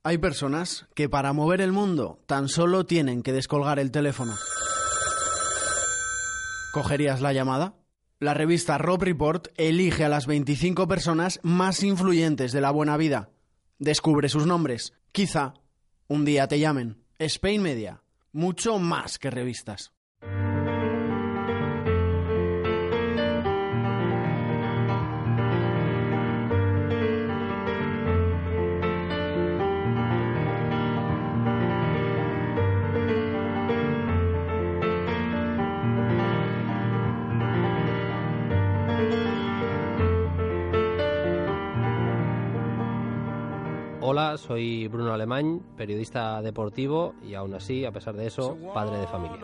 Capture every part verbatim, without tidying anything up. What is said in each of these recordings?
Hay personas que para mover el mundo tan solo tienen que descolgar el teléfono. ¿Cogerías la llamada? La revista Rob Report elige a las veinticinco personas más influyentes de la buena vida. Descubre sus nombres. Quizá un día te llamen. Spain Media, mucho más que revistas. Hola, soy Bruno Alemany, periodista deportivo y aún así, a pesar de eso, padre de familia.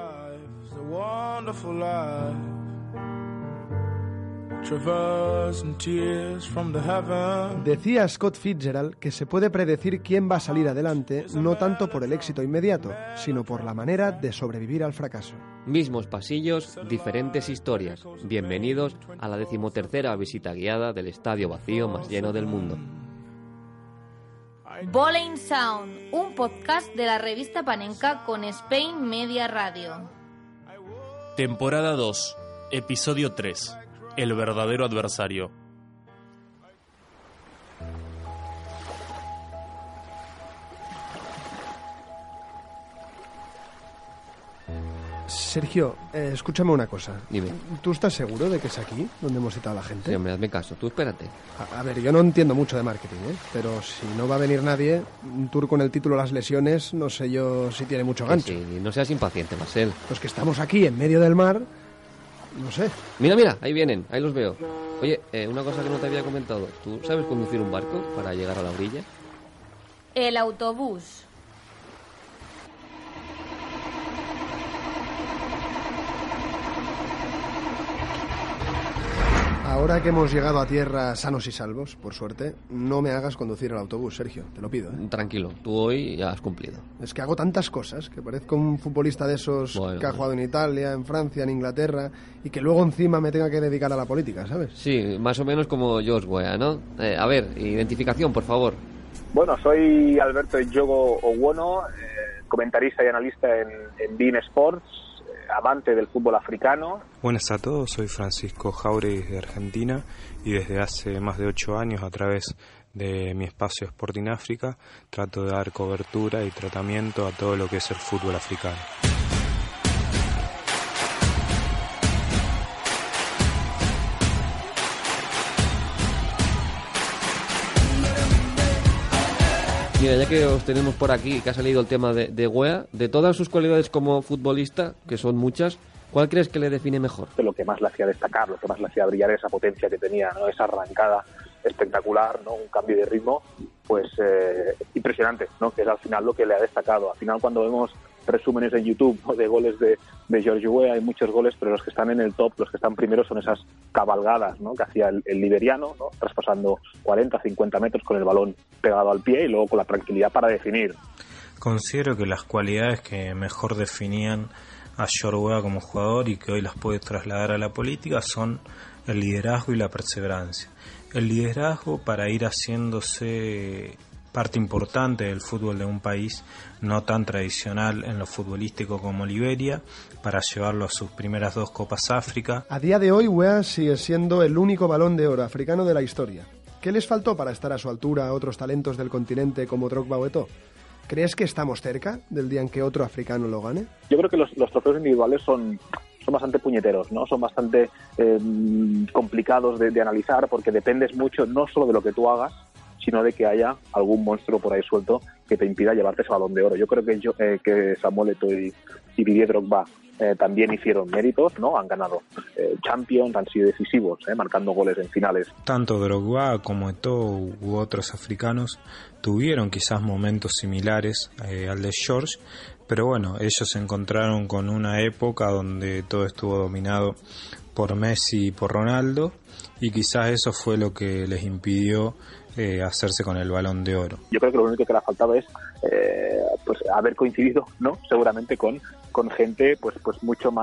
Decía Scott Fitzgerald que se puede predecir quién va a salir adelante no tanto por el éxito inmediato, sino por la manera de sobrevivir al fracaso. Mismos pasillos, diferentes historias. Bienvenidos a la decimotercera visita guiada del estadio vacío más lleno del mundo. Bowling Sound, un podcast de la revista Panenka con Spain Media Radio. Temporada dos, episodio tres. El verdadero adversario. Sergio, eh, escúchame una cosa. Dime. ¿Tú estás seguro de que es aquí donde hemos citado a la gente? Sí, hombre, hazme caso. Tú espérate. A, a ver, yo no entiendo mucho de marketing, ¿eh? Pero si no va a venir nadie, un tour con el título Las lesiones, no sé yo si tiene mucho gancho. Sí, sí, no seas impaciente, Marcel. Pues que estamos aquí, en medio del mar, no sé. Mira, mira, ahí vienen, ahí los veo. Oye, eh, una cosa que no te había comentado. ¿Tú sabes conducir un barco para llegar a la orilla? El autobús. Ahora que hemos llegado a tierra sanos y salvos, por suerte, no me hagas conducir el autobús, Sergio, te lo pido, ¿eh? Tranquilo, tú hoy ya has cumplido. Es que hago tantas cosas, que parezco un futbolista de esos bueno, que ha bueno. jugado en Italia, en Francia, en Inglaterra, y que luego encima me tenga que dedicar a la política, ¿sabes? Sí, más o menos como Josh Wea, ¿no? Eh, a ver, identificación, por favor. Bueno, soy Alberto Yogo Owono, eh, comentarista y analista en, en beIN Sports, eh, amante del fútbol africano. Buenas a todos, soy Francisco Jauregui de Argentina y desde hace más de ocho años a través de mi espacio Sporting África trato de dar cobertura y tratamiento a todo lo que es el fútbol africano. Mira, ya que os tenemos por aquí, que ha salido el tema de, de Wea, de todas sus cualidades como futbolista, que son muchas, ¿cuál crees que le define mejor? Lo que más le hacía destacar, lo que más le hacía brillar, esa potencia que tenía, ¿no? Esa arrancada espectacular, ¿no? Un cambio de ritmo, pues eh, impresionante, ¿no? Que es al final lo que le ha destacado. Al final, cuando vemos resúmenes en YouTube, ¿no? de goles de, de George Weah, hay muchos goles, pero los que están en el top, los que están primeros son esas cabalgadas, ¿no? Que hacía el, el liberiano, ¿no? Traspasando cuarenta, cincuenta metros con el balón pegado al pie y luego con la tranquilidad para definir. Considero que las cualidades que mejor definían a George Weah como jugador y que hoy las puede trasladar a la política son el liderazgo y la perseverancia. El liderazgo para ir haciéndose parte importante del fútbol de un país no tan tradicional en lo futbolístico como Liberia, para llevarlo a sus primeras dos Copas África. A día de hoy, Weah sigue siendo el único balón de oro africano de la historia. ¿Qué les faltó para estar a su altura a otros talentos del continente como Drogba o Eto'o? ¿Crees que estamos cerca del día en que otro africano lo gane? Yo creo que los, los trofeos individuales son, son bastante puñeteros, ¿no? Son bastante eh, complicados de, de analizar porque dependes mucho no solo de lo que tú hagas, sino de que haya algún monstruo por ahí suelto que te impida llevarte ese balón de oro. Yo creo que, yo, eh, que Samuel Eto'o y, y Didier Drogba eh, también hicieron méritos, ¿no? Han ganado eh, Champions, han sido decisivos, eh, marcando goles en finales. Tanto Drogba como Eto'o u otros africanos tuvieron quizás momentos similares eh, al de George, pero bueno, ellos se encontraron con una época donde todo estuvo dominado por Messi y por Ronaldo, y quizás eso fue lo que les impidió eh, hacerse con el Balón de Oro. Yo creo que lo único que le ha faltado es eh, pues haber coincidido, ¿no? Seguramente con, con gente pues pues mucho más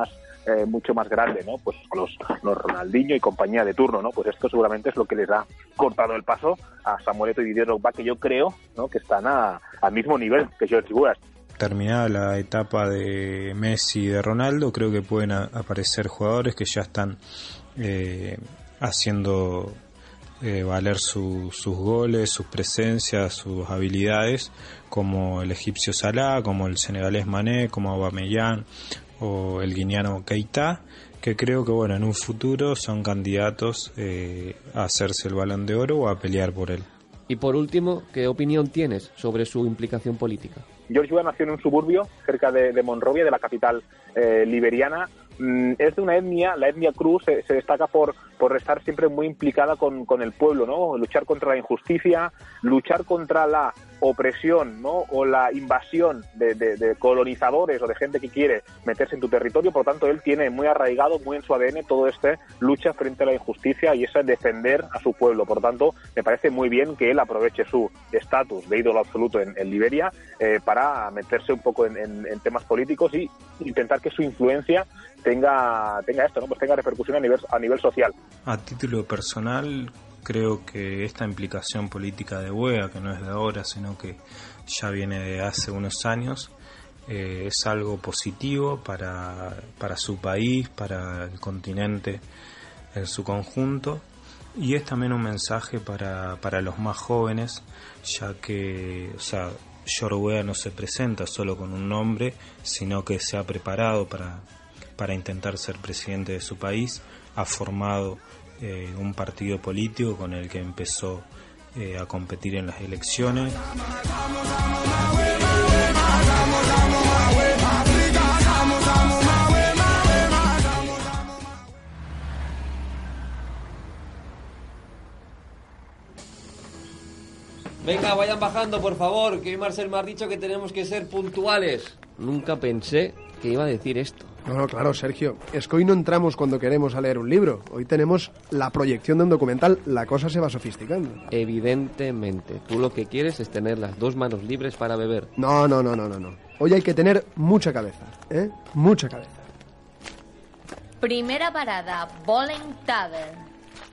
eh, mucho más grande, ¿no? Pues los, los Ronaldinho y compañía de turno, ¿no? Pues esto seguramente es lo que les ha cortado el paso a Samuel Eto'o y Didier Drogba, que yo creo, ¿no?, que están a, al mismo nivel que George Weah. Terminada la etapa de Messi y de Ronaldo, creo que pueden a, aparecer jugadores que ya están eh, haciendo eh, valer su, sus goles, sus presencias, sus habilidades, como el egipcio Salah, como el senegalés Mané, como Aubameyang o el guineano Keita, que creo que bueno, en un futuro son candidatos eh, a hacerse el Balón de Oro o a pelear por él. Y por último, ¿qué opinión tienes sobre su implicación política? George Weah nació en un suburbio cerca de, de Monrovia, de la capital eh, liberiana. Mm, es de una etnia, la etnia Cruz se, se destaca por, por estar siempre muy implicada con, con el pueblo, ¿no? Luchar contra la injusticia, luchar contra la opresión, ¿no?, o la invasión de, de, de colonizadores o de gente que quiere meterse en tu territorio. Por tanto, él tiene muy arraigado, muy en su A D N, todo este lucha frente a la injusticia y ese defender a su pueblo. Por tanto, me parece muy bien que él aproveche su estatus de ídolo absoluto en, en Liberia eh, para meterse un poco en, en, en temas políticos y intentar que su influencia tenga tenga esto, ¿no?, pues tenga repercusión a nivel a nivel social. A título personal, creo que esta implicación política de Weah, que no es de ahora, sino que ya viene de hace unos años, eh, es algo positivo para, para su país, para el continente en su conjunto, y es también un mensaje para, para los más jóvenes, ya que, o sea, George Weah no se presenta solo con un nombre, sino que se ha preparado para, para intentar ser presidente de su país, ha formado Eh, un partido político con el que empezó eh, a competir en las elecciones. Venga, vayan bajando, por favor, que hoy Marcel me ha dicho que tenemos que ser puntuales. Nunca pensé que iba a decir esto. No, no, claro, Sergio. Es que hoy no entramos cuando queremos a leer un libro. Hoy tenemos la proyección de un documental. La cosa se va sofisticando. Evidentemente. Tú lo que quieres es tener las dos manos libres para beber. No, no, no, no, no, no. Hoy hay que tener mucha cabeza, ¿eh? Mucha cabeza. Primera parada, Bowling Tavern.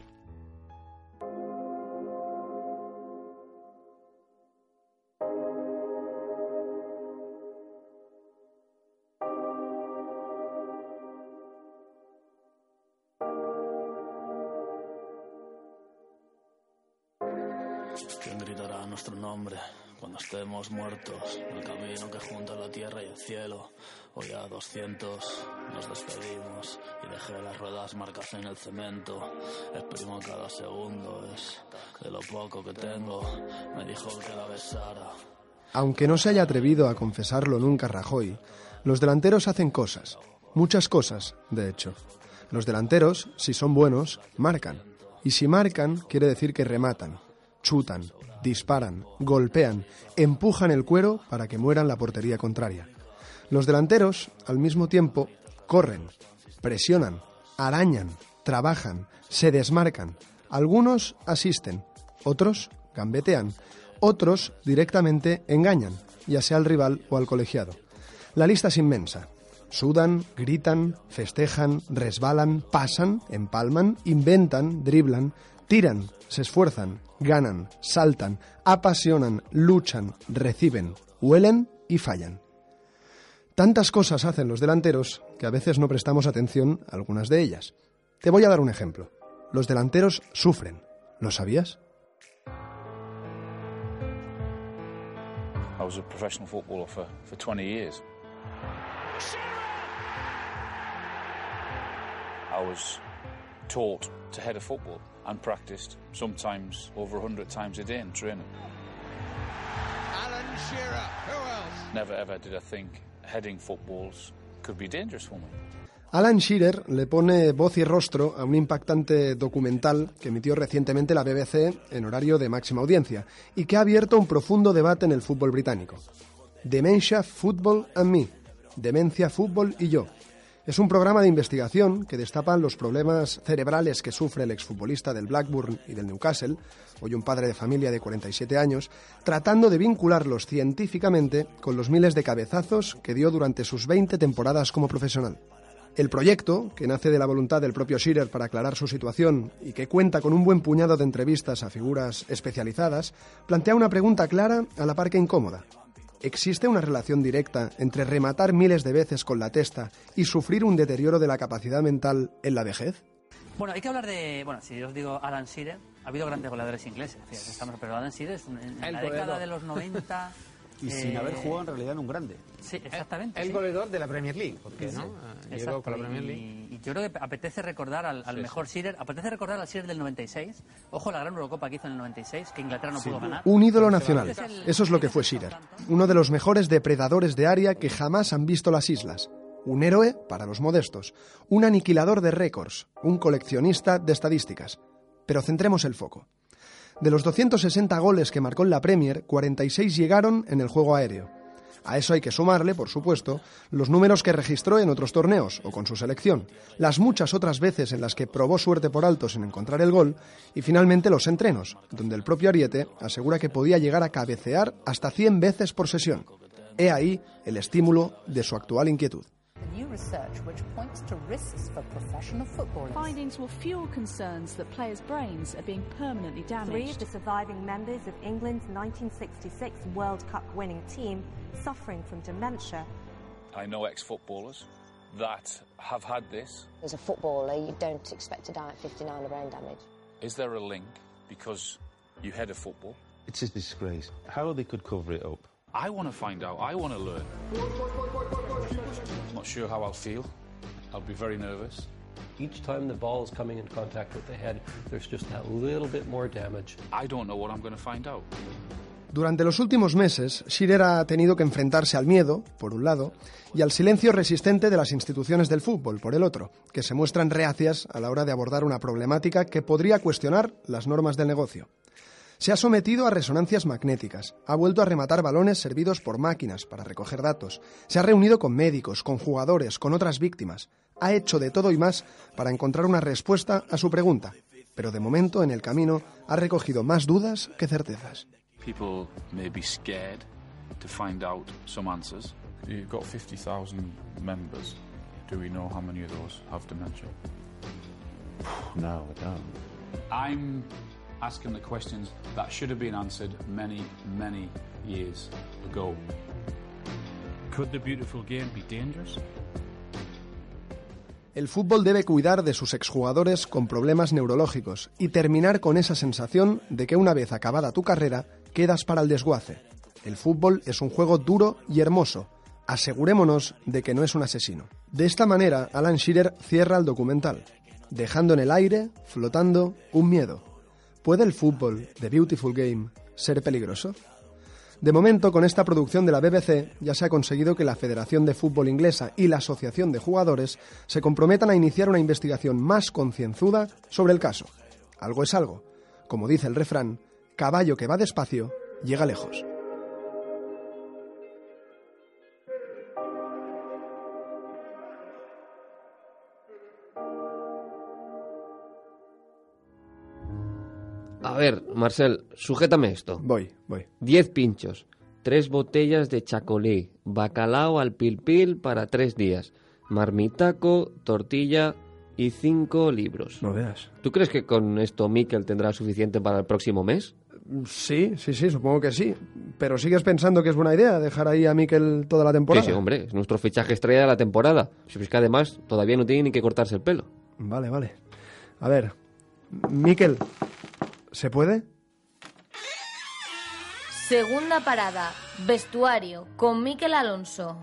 ¿Quién gritará nuestro nombre cuando estemos muertos? El camino que junta la tierra y el cielo. Hoy a doscientos nos despedimos y dejé las ruedas marcas en el cemento. Exprimo cada segundo, es de lo poco que tengo. Me dijo que la besara. Aunque no se haya atrevido a confesarlo nunca Rajoy, los delanteros hacen cosas. Muchas cosas, de hecho. Los delanteros, si son buenos, marcan. Y si marcan, quiere decir que rematan. Chutan, disparan, golpean, empujan el cuero para que muera en la portería contraria. Los delanteros, al mismo tiempo, corren, presionan, arañan, trabajan, se desmarcan. Algunos asisten, otros gambetean, otros directamente engañan, ya sea al rival o al colegiado. La lista es inmensa. Sudan, gritan, festejan, resbalan, pasan, empalman, inventan, driblan, tiran, se esfuerzan, ganan, saltan, apasionan, luchan, reciben, huelen y fallan. Tantas cosas hacen los delanteros que a veces no prestamos atención a algunas de ellas. Te voy a dar un ejemplo. Los delanteros sufren. ¿Lo sabías? I was a professional footballer for, for twenty years. I was taught to head a football and practiced sometimes over a hundred times a day in training. Alan Shearer, who else? Never ever did I think heading footballs could be dangerous for me. Alan Shearer le pone voz y rostro a un impactante documental que emitió recientemente la B B C en horario de máxima audiencia y que ha abierto un profundo debate en el fútbol británico. Dementia, Football and Me. Demencia, Fútbol y yo. Es un programa de investigación que destapa los problemas cerebrales que sufre el exfutbolista del Blackburn y del Newcastle, hoy un padre de familia de cuarenta y siete años, tratando de vincularlos científicamente con los miles de cabezazos que dio durante sus veinte temporadas como profesional. El proyecto, que nace de la voluntad del propio Shearer para aclarar su situación y que cuenta con un buen puñado de entrevistas a figuras especializadas, plantea una pregunta clara a la par que incómoda. ¿Existe una relación directa entre rematar miles de veces con la testa y sufrir un deterioro de la capacidad mental en la vejez? Bueno, hay que hablar de... Bueno, si yo os digo Alan Shearer, ha habido grandes goleadores ingleses, fíjate, estamos, pero Alan Shearer es un, en, en la década de los noventa... Y eh, sin haber jugado en realidad en un grande. Sí, exactamente. El, el sí. goleador de la Premier League, porque sí, ¿no? Sí. Llegó con la Premier League. Y, y yo creo que apetece recordar al, al sí, mejor sí. Shearer, apetece recordar al Shearer del noventa y seis. Ojo, la gran Eurocopa que hizo en el noventa y seis, que Inglaterra no sí. pudo ganar. Un ídolo nacional. Eso es lo que fue Shearer. Uno de los mejores depredadores de área que jamás han visto las islas. Un héroe para los modestos. Un aniquilador de récords. Un coleccionista de estadísticas. Pero centremos el foco. De los doscientos sesenta goles que marcó en la Premier, cuarenta y seis llegaron en el juego aéreo. A eso hay que sumarle, por supuesto, los números que registró en otros torneos o con su selección, las muchas otras veces en las que probó suerte por altos en encontrar el gol y finalmente los entrenos, donde el propio Ariete asegura que podía llegar a cabecear hasta cien veces por sesión. He ahí el estímulo de su actual inquietud. New research which points to risks for professional footballers. Findings will fuel concerns that players' brains are being permanently damaged. Three of the surviving members of England's nineteen sixty-six World Cup winning team suffering from dementia. I know ex-footballers that have had this. As a footballer, you don't expect to die at fifty-nine of brain damage. Is there a link because you head a football? It's a disgrace. How they could cover it up. I want to find out. I want to learn. I'm not sure how I'll feel. I'll be very nervous. Each time the ball is coming in contact with the head, there's just that little bit more damage. I don't know what I'm going to find out. Durante los últimos meses, Shearer ha tenido que enfrentarse al miedo, por un lado, y al silencio resistente de las instituciones del fútbol, por el otro, que se muestran reacias a la hora de abordar una problemática que podría cuestionar las normas del negocio. Se ha sometido a resonancias magnéticas, ha vuelto a rematar balones servidos por máquinas para recoger datos, se ha reunido con médicos, con jugadores, con otras víctimas, ha hecho de todo y más para encontrar una respuesta a su pregunta, pero de momento en el camino ha recogido más dudas que certezas. People may be scared to find out some answers. You've got fifty thousand members. Do we know how many of those have dementia? No, we don't. I'm asking the questions that should have been answered many, many years ago. Could the beautiful game be dangerous? El fútbol debe cuidar de sus exjugadores con problemas neurológicos y terminar con esa sensación de que una vez acabada tu carrera, quedas para el desguace. El fútbol es un juego duro y hermoso. Asegurémonos de que no es un asesino. De esta manera, Alan Shearer cierra el documental, dejando en el aire, flotando, un miedo. ¿Puede el fútbol, The Beautiful Game, ser peligroso? De momento, con esta producción de la B B C, ya se ha conseguido que la Federación de Fútbol Inglesa y la Asociación de Jugadores se comprometan a iniciar una investigación más concienzuda sobre el caso. Algo es algo. Como dice el refrán, caballo que va despacio, llega lejos. A ver, Marcel, sujétame esto. Voy, voy. Diez pinchos, tres botellas de chacolí, bacalao al pil pil para tres días, marmitaco, tortilla y cinco libros. No veas. ¿Tú crees que con esto Mikel tendrá suficiente para el próximo mes? Sí, sí, sí, supongo que sí. Pero ¿sigues pensando que es buena idea dejar ahí a Mikel toda la temporada? Sí, sí, hombre, es nuestro fichaje estrella de la temporada. Si es que además todavía no tiene ni que cortarse el pelo. Vale, vale. A ver, Mikel, ¿se puede? Segunda parada, vestuario, con Mikel Alonso.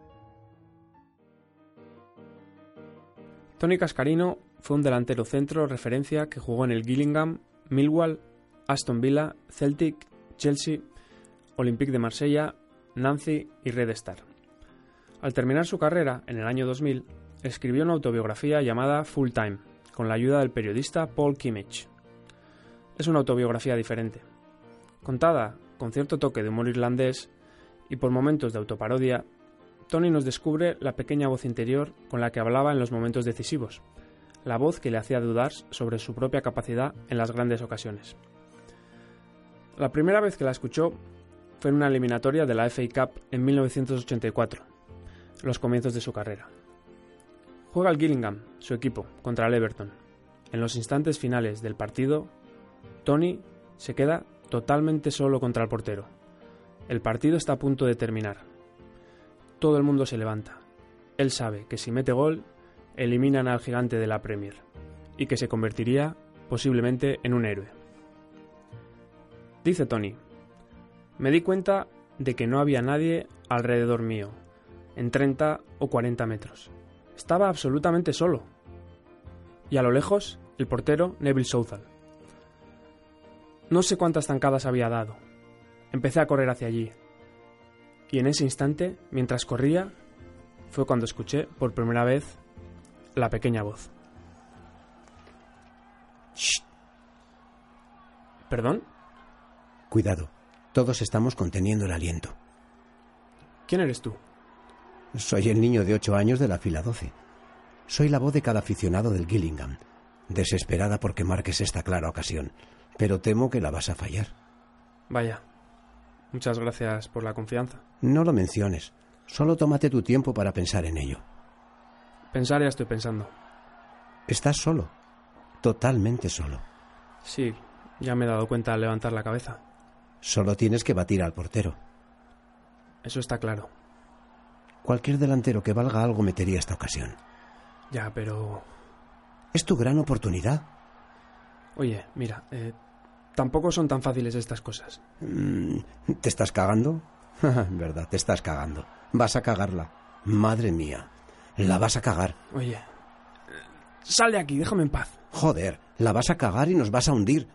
Tony Cascarino fue un delantero centro referencia que jugó en el Gillingham, Millwall, Aston Villa, Celtic, Chelsea, Olympique de Marsella, Nancy y Red Star. Al terminar su carrera, en el año dos mil, escribió una autobiografía llamada Full Time, con la ayuda del periodista Paul Kimmich. Es una autobiografía diferente. Contada con cierto toque de humor irlandés y por momentos de autoparodia, Tony nos descubre la pequeña voz interior con la que hablaba en los momentos decisivos, la voz que le hacía dudar sobre su propia capacidad en las grandes ocasiones. La primera vez que la escuchó fue en una eliminatoria de la F A Cup en mil novecientos ochenta y cuatro, los comienzos de su carrera. Juega el Gillingham, su equipo, contra el Everton. En los instantes finales del partido, Tony se queda totalmente solo contra el portero. El partido está a punto de terminar. Todo el mundo se levanta. Él sabe que si mete gol, eliminan al gigante de la Premier y que se convertiría posiblemente en un héroe. Dice Tony: me di cuenta de que no había nadie alrededor mío, en treinta o cuarenta metros. Estaba absolutamente solo. Y a lo lejos, el portero Neville Southall. No sé cuántas zancadas había dado. Empecé a correr hacia allí. Y en ese instante, mientras corría, fue cuando escuché por primera vez la pequeña voz. Shh. ¿Perdón? Cuidado, todos estamos conteniendo el aliento. ¿Quién eres tú? Soy el niño de ocho años de la fila doce. Soy la voz de cada aficionado del Gillingham, desesperada porque marques esta clara ocasión, pero temo que la vas a fallar. Vaya, muchas gracias por la confianza. No lo menciones, solo tómate tu tiempo para pensar en ello. Pensar ya estoy pensando. Estás solo, totalmente solo. Sí, ya me he dado cuenta al levantar la cabeza. Solo tienes que batir al portero. Eso está claro. Cualquier delantero que valga algo metería esta ocasión. Ya, pero... Es tu gran oportunidad. Oye, mira, eh, tampoco son tan fáciles estas cosas. Mm, ¿Te estás cagando? Verdad, te estás cagando. Vas a cagarla. Madre mía, la vas a cagar. Oye, sal de aquí, déjame en paz. Joder, la vas a cagar y nos vas a hundir.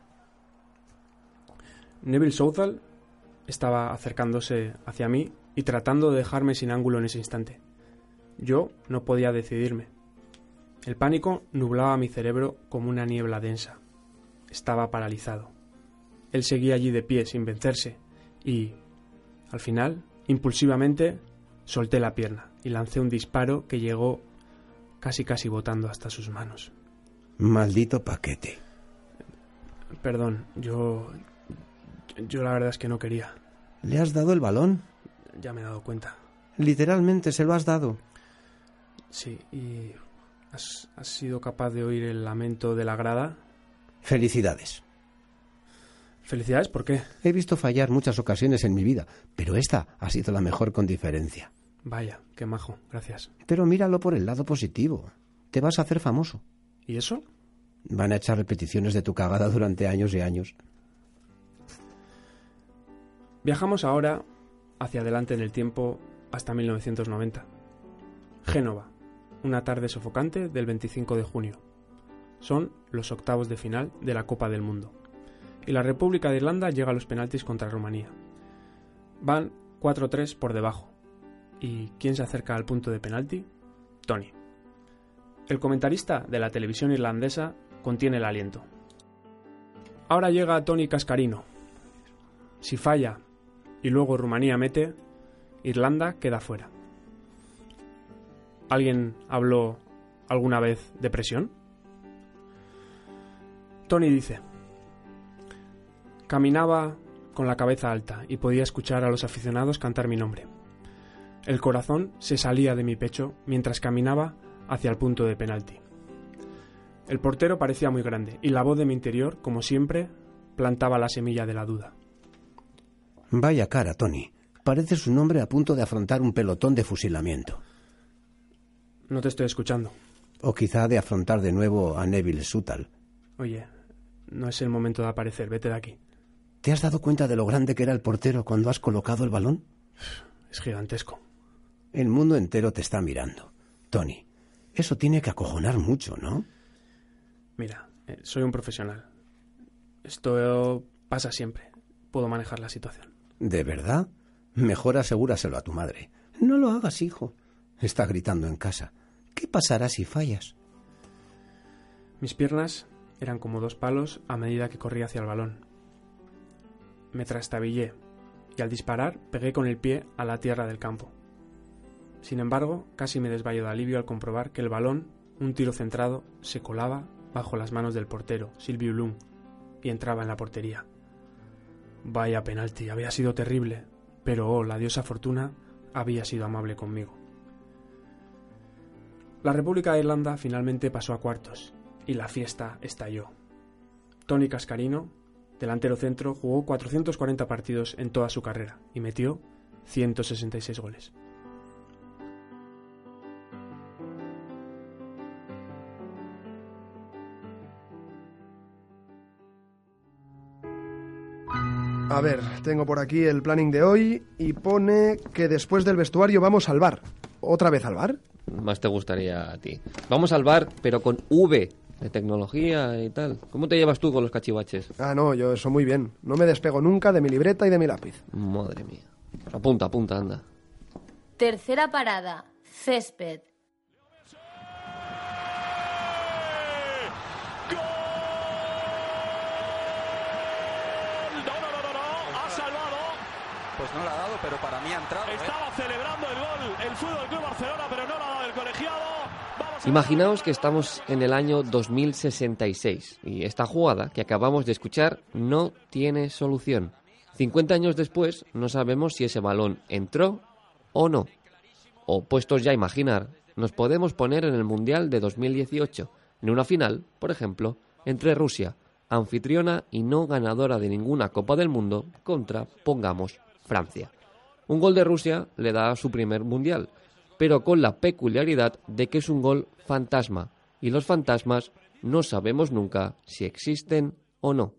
Neville Southall estaba acercándose hacia mí y tratando de dejarme sin ángulo en ese instante. Yo no podía decidirme. El pánico nublaba mi cerebro como una niebla densa. Estaba paralizado. Él seguía allí de pie sin vencerse y, al final, impulsivamente, solté la pierna y lancé un disparo que llegó casi casi botando hasta sus manos. Maldito paquete. Perdón, yo... Yo la verdad es que no quería. ¿Le has dado el balón? Ya me he dado cuenta. Literalmente se lo has dado. Sí, y... ¿Has, has sido capaz de oír el lamento de la grada? Felicidades. ¿Felicidades? ¿Por qué? He visto fallar muchas ocasiones en mi vida, pero esta ha sido la mejor con diferencia. Vaya, qué majo, gracias. Pero míralo por el lado positivo. Te vas a hacer famoso. ¿Y eso? Van a echar repeticiones de tu cagada durante años y años. Viajamos ahora hacia adelante en el tiempo hasta mil novecientos noventa. Génova, una tarde sofocante del veinticinco de junio. Son los octavos de final de la Copa del Mundo. Y la República de Irlanda llega a los penaltis contra Rumanía. Van cuatro tres por debajo. ¿Y quién se acerca al punto de penalti? Tony. El comentarista de la televisión irlandesa contiene el aliento. Ahora llega Tony Cascarino. Si falla y luego Rumanía mete, Irlanda queda fuera. ¿Alguien habló alguna vez de presión? Tony dice: caminaba con la cabeza alta y podía escuchar a los aficionados cantar mi nombre. El corazón se salía de mi pecho mientras caminaba hacia el punto de penalti. El portero parecía muy grande y la voz de mi interior, como siempre, plantaba la semilla de la duda. Vaya cara, Tony. Pareces un hombre a punto de afrontar un pelotón de fusilamiento. No te estoy escuchando. O quizá de afrontar de nuevo a Neville Southall. Oye, no es el momento de aparecer, vete de aquí. ¿Te has dado cuenta de lo grande que era el portero cuando has colocado el balón? Es gigantesco. El mundo entero te está mirando. Tony, eso tiene que acojonar mucho, ¿no? Mira, eh, soy un profesional. Esto pasa siempre. Puedo manejar la situación. ¿De verdad? Mejor asegúraselo a tu madre. No lo hagas, hijo. Está gritando en casa. ¿Qué pasará si fallas? Mis piernas eran como dos palos a medida que corría hacia el balón. Me trastabillé y al disparar pegué con el pie a la tierra del campo. Sin embargo, casi me desmayo de alivio al comprobar que el balón, un tiro centrado, se colaba bajo las manos del portero, Sylvie Lung, y entraba en la portería. Vaya penalti, había sido terrible, pero oh, la diosa Fortuna había sido amable conmigo. La República de Irlanda finalmente pasó a cuartos y la fiesta estalló. Tony Cascarino, delantero centro, jugó cuatrocientos cuarenta partidos en toda su carrera y metió ciento sesenta y seis goles. A ver, tengo por aquí el planning de hoy y pone que después del vestuario vamos al bar. ¿Otra vez al bar? Más te gustaría a ti. Vamos al bar, pero con V, de tecnología y tal. ¿Cómo te llevas tú con los cachivaches? Ah, no, yo eso muy bien. No me despego nunca de mi libreta y de mi lápiz. Madre mía. Apunta, apunta, anda. Tercera parada, césped. Pues no la ha dado, pero para mí ha entrado. Estaba ¿eh? celebrando el gol el Fútbol Club Barcelona, pero no la ha dado el colegiado. Vamos a... Imaginaos que estamos en el año dos mil sesenta y seis y esta jugada que acabamos de escuchar no tiene solución. cincuenta años después no sabemos si ese balón entró o no. O puestos ya a imaginar, nos podemos poner en el Mundial de dos mil dieciocho, en una final, por ejemplo, entre Rusia, anfitriona y no ganadora de ninguna Copa del Mundo, contra, pongamos, Francia. Un gol de Rusia le da su primer mundial, pero con la peculiaridad de que es un gol fantasma, y los fantasmas no sabemos nunca si existen o no.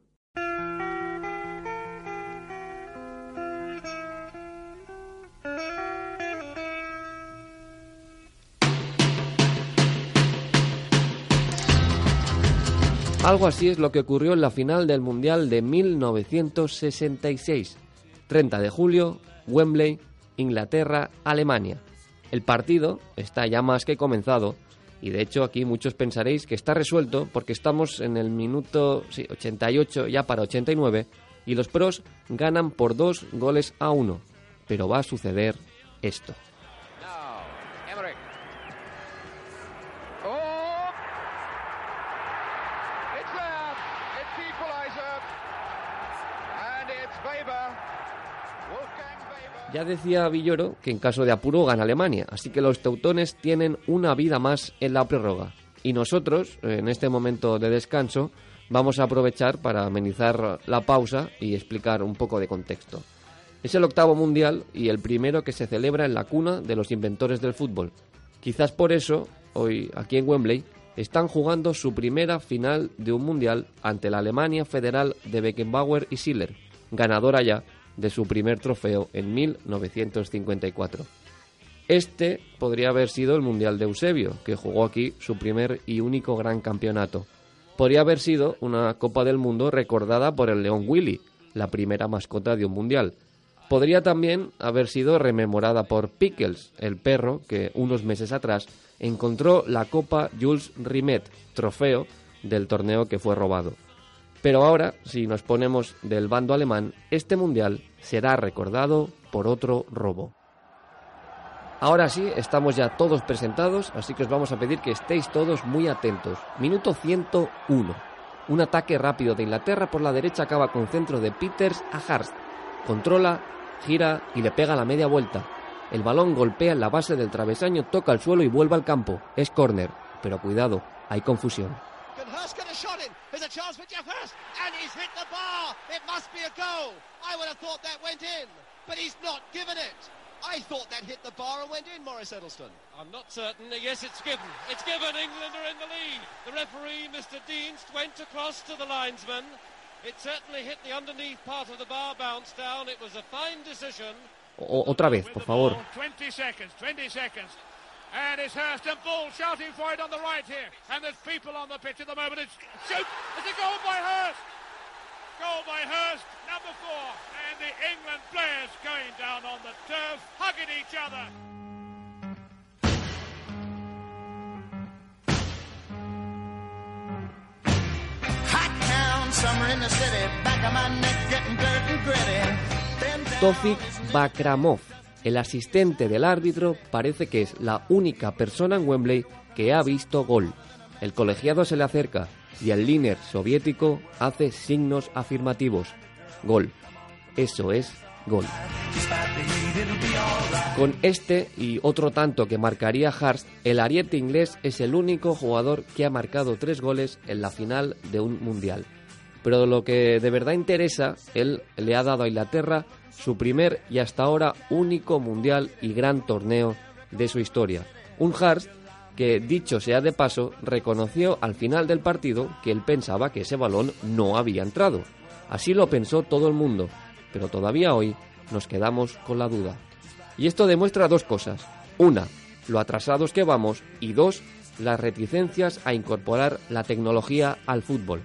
Algo así es lo que ocurrió en la final del Mundial de mil novecientos sesenta y seis. treinta de julio, Wembley, Inglaterra, Alemania. El partido está ya más que comenzado y de hecho aquí muchos pensaréis que está resuelto porque estamos en el minuto sí, ochenta y ocho ya para ochenta y nueve y los pros ganan por dos goles a uno. Pero va a suceder esto. Ya decía Villoro que en caso de apuro gana Alemania, así que los teutones tienen una vida más en la prórroga. Y nosotros, en este momento de descanso, vamos a aprovechar para amenizar la pausa y explicar un poco de contexto. Es el octavo mundial y el primero que se celebra en la cuna de los inventores del fútbol. Quizás por eso, hoy aquí en Wembley, están jugando su primera final de un mundial ante la Alemania federal de Beckenbauer y Schiller, ganadora ya de su primer trofeo en mil novecientos cincuenta y cuatro. Este podría haber sido el Mundial de Eusebio, que jugó aquí su primer y único gran campeonato. Podría haber sido una Copa del Mundo recordada por el León Willy, la primera mascota de un Mundial. Podría también haber sido rememorada por Pickles, el perro que unos meses atrás encontró la Copa Jules Rimet, trofeo del torneo que fue robado. Pero ahora, si nos ponemos del bando alemán, este mundial será recordado por otro robo. Ahora sí, estamos ya todos presentados, así que os vamos a pedir que estéis todos muy atentos. Minuto ciento uno. Un ataque rápido de Inglaterra por la derecha acaba con centro de Peters a Hurst. Controla, gira y le pega la media vuelta. El balón golpea en la base del travesaño, toca el suelo y vuelve al campo. Es córner, pero cuidado, hay confusión. There's a chance for Jeff Hurst, and he's hit the bar. It must be a goal. I would have thought that went in, but he's not given it. I thought that hit the bar and went in, Maurice Edelstone. I'm not certain. Yes, it's given. It's given. England are in the lead. The referee, Mister Dienst, went across to the linesman. It certainly hit the underneath part of the bar, bounced down. It was a fine decision. O- otra vez, por favor. twenty seconds, twenty seconds. And it's Hurst and Bull shouting for it on the right here. And there's people on the pitch at the moment. It's shoot! It's a goal by Hurst! Goal by Hurst, number four. And the England players going down on the turf, hugging each other. Hot town, summer in the city. Back of my neck getting dirt and gritty. Tofik Bakramov, el asistente del árbitro, parece que es la única persona en Wembley que ha visto gol. El colegiado se le acerca y el líder soviético hace signos afirmativos. Gol. Eso es gol. Con este y otro tanto que marcaría Hurst, el ariete inglés es el único jugador que ha marcado tres goles en la final de un mundial. Pero de lo que de verdad interesa, él le ha dado a Inglaterra su primer y hasta ahora único mundial y gran torneo de su historia. Un Hurst que, dicho sea de paso, reconoció al final del partido que él pensaba que ese balón no había entrado. Así lo pensó todo el mundo, pero todavía hoy nos quedamos con la duda. Y esto demuestra dos cosas. Una, lo atrasados que vamos, y dos, las reticencias a incorporar la tecnología al fútbol.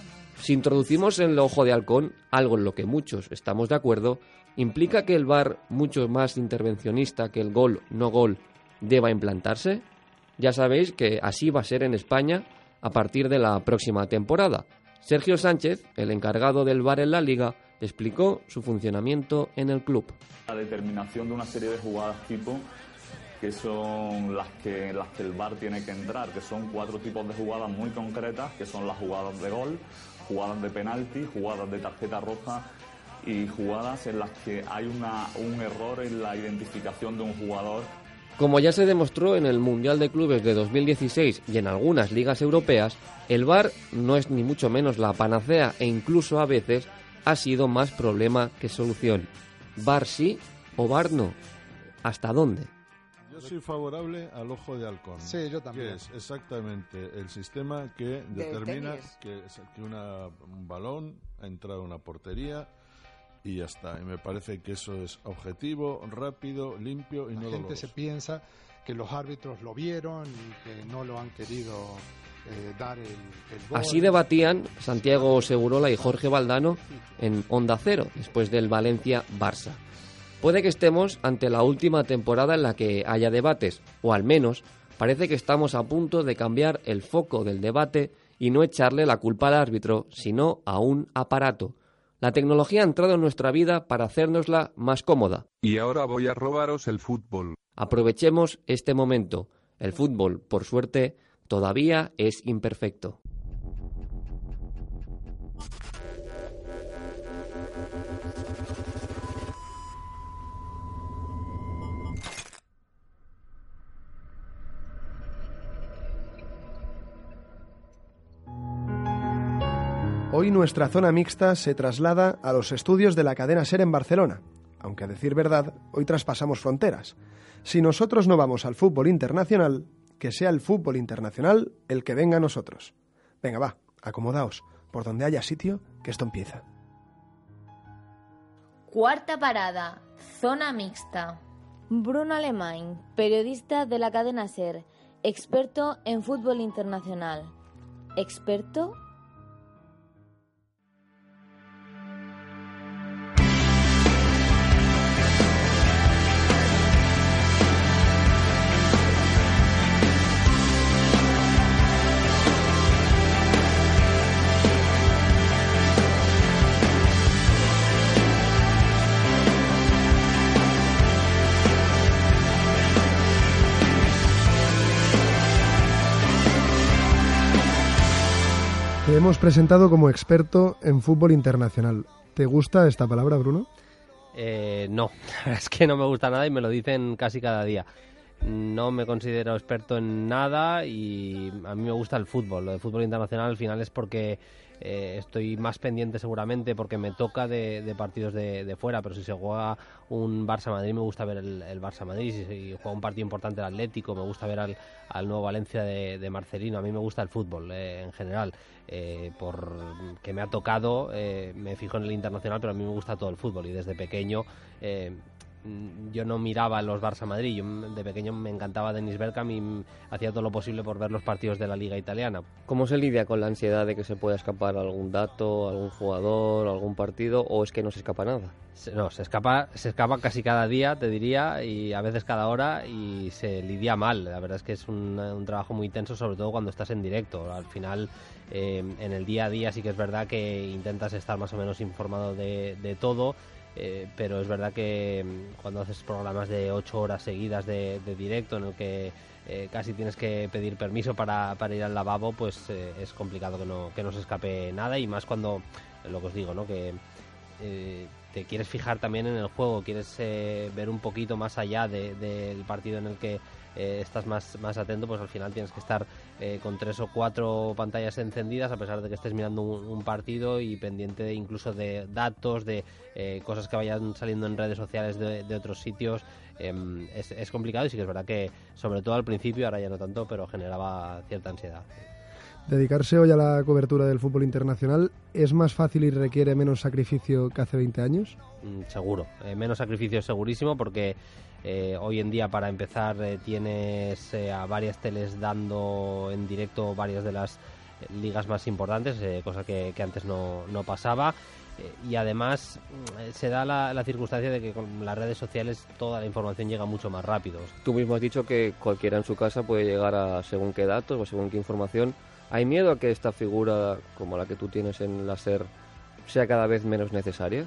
Si introducimos en el ojo de halcón algo en lo que muchos estamos de acuerdo, ¿implica que el V A R, mucho más intervencionista que el gol, no gol, deba implantarse? Ya sabéis que así va a ser en España a partir de la próxima temporada. Sergio Sánchez, el encargado del V A R en la Liga, explicó su funcionamiento en el club. La determinación de una serie de jugadas tipo que son las que, las que el V A R tiene que entrar, que son cuatro tipos de jugadas muy concretas, que son las jugadas de gol, jugadas de penalti, jugadas de tarjeta roja y jugadas en las que hay una, un error en la identificación de un jugador. Como ya se demostró en el Mundial de Clubes de dos mil dieciséis y en algunas ligas europeas, el V A R no es ni mucho menos la panacea e incluso a veces ha sido más problema que solución. ¿V A R sí o V A R no? ¿Hasta dónde? Yo soy favorable al ojo de halcón. Sí, yo también. Que es exactamente el sistema que determina que, que una, un balón ha entrado en una portería y ya está. Y me parece que eso es objetivo, rápido, limpio y La no gente doloroso. se piensa que los árbitros lo vieron y que no lo han querido eh, dar el, el gol. Así debatían Santiago Segurola y Jorge Valdano en Onda Cero, después del Valencia-Barça. Puede que estemos ante la última temporada en la que haya debates, o al menos parece que estamos a punto de cambiar el foco del debate y no echarle la culpa al árbitro, sino a un aparato. La tecnología ha entrado en nuestra vida para hacérnosla más cómoda. Y ahora voy a robaros el fútbol. Aprovechemos este momento. El fútbol, por suerte, todavía es imperfecto. Hoy nuestra zona mixta se traslada a los estudios de la cadena SER en Barcelona, aunque a decir verdad, hoy traspasamos fronteras. Si nosotros no vamos al fútbol internacional, que sea el fútbol internacional el que venga a nosotros. Venga, va, acomodaos, por donde haya sitio, que esto empieza. Cuarta parada, zona mixta. Bruno Alemany, periodista de la cadena SER, experto en fútbol internacional. ¿Experto? Te hemos presentado como experto en fútbol internacional. ¿Te gusta esta palabra, Bruno? Eh, no, la verdad es que no me gusta nada y me lo dicen casi cada día. No me considero experto en nada y a mí me gusta el fútbol. Lo de fútbol internacional al final es porque eh, estoy más pendiente seguramente porque me toca de, de partidos de, de fuera, pero si se juega un Barça-Madrid me gusta ver el, el Barça-Madrid, si se juega un partido importante el Atlético me gusta ver al, al nuevo Valencia de, de Marcelino. A mí me gusta el fútbol eh, en general, eh, por que me ha tocado, eh, me fijo en el internacional, pero a mí me gusta todo el fútbol y desde pequeño eh, yo no miraba los Barça-Madrid, yo de pequeño me encantaba Dennis Bergkamp y hacía todo lo posible por ver los partidos de la Liga Italiana. ¿Cómo se lidia con la ansiedad de que se pueda escapar algún dato, algún jugador, algún partido, o es que no se escapa nada? No, se escapa, se escapa casi cada día, te diría, y a veces cada hora, y se lidia mal. La verdad es que es un, un trabajo muy tenso, sobre todo cuando estás en directo. Al final, eh, en el día a día sí que es verdad que intentas estar más o menos informado de, de todo. Eh, pero es verdad que cuando haces programas de ocho horas seguidas de, de directo en el que eh, casi tienes que pedir permiso para, para ir al lavabo, pues eh, es complicado que no, que no se escape nada, y más cuando, lo que os digo, ¿no? que eh, te quieres fijar también en el juego, quieres eh, ver un poquito más allá de, del partido en el que eh, estás más, más atento, pues al final tienes que estar eh, con tres o cuatro pantallas encendidas, a pesar de que estés mirando un, un partido, y pendiente de, incluso de datos, de eh, cosas que vayan saliendo en redes sociales de, de otros sitios. Eh, es, es complicado, y sí que es verdad que, sobre todo al principio, ahora ya no tanto, pero generaba cierta ansiedad. Dedicarse hoy a la cobertura del fútbol internacional es más fácil y requiere menos sacrificio que hace veinte años. Mm, seguro, eh, menos sacrificio segurísimo, porque eh, hoy en día, para empezar, eh, tienes eh, a varias teles dando en directo varias de las eh, ligas más importantes, eh, cosa que, que antes no, no pasaba. Eh, y además eh, se da la, la circunstancia de que con las redes sociales toda la información llega mucho más rápido. Tú mismo has dicho que cualquiera en su casa puede llegar a según qué datos o según qué información. ¿Hay miedo a que esta figura, como la que tú tienes en la SER, sea cada vez menos necesaria?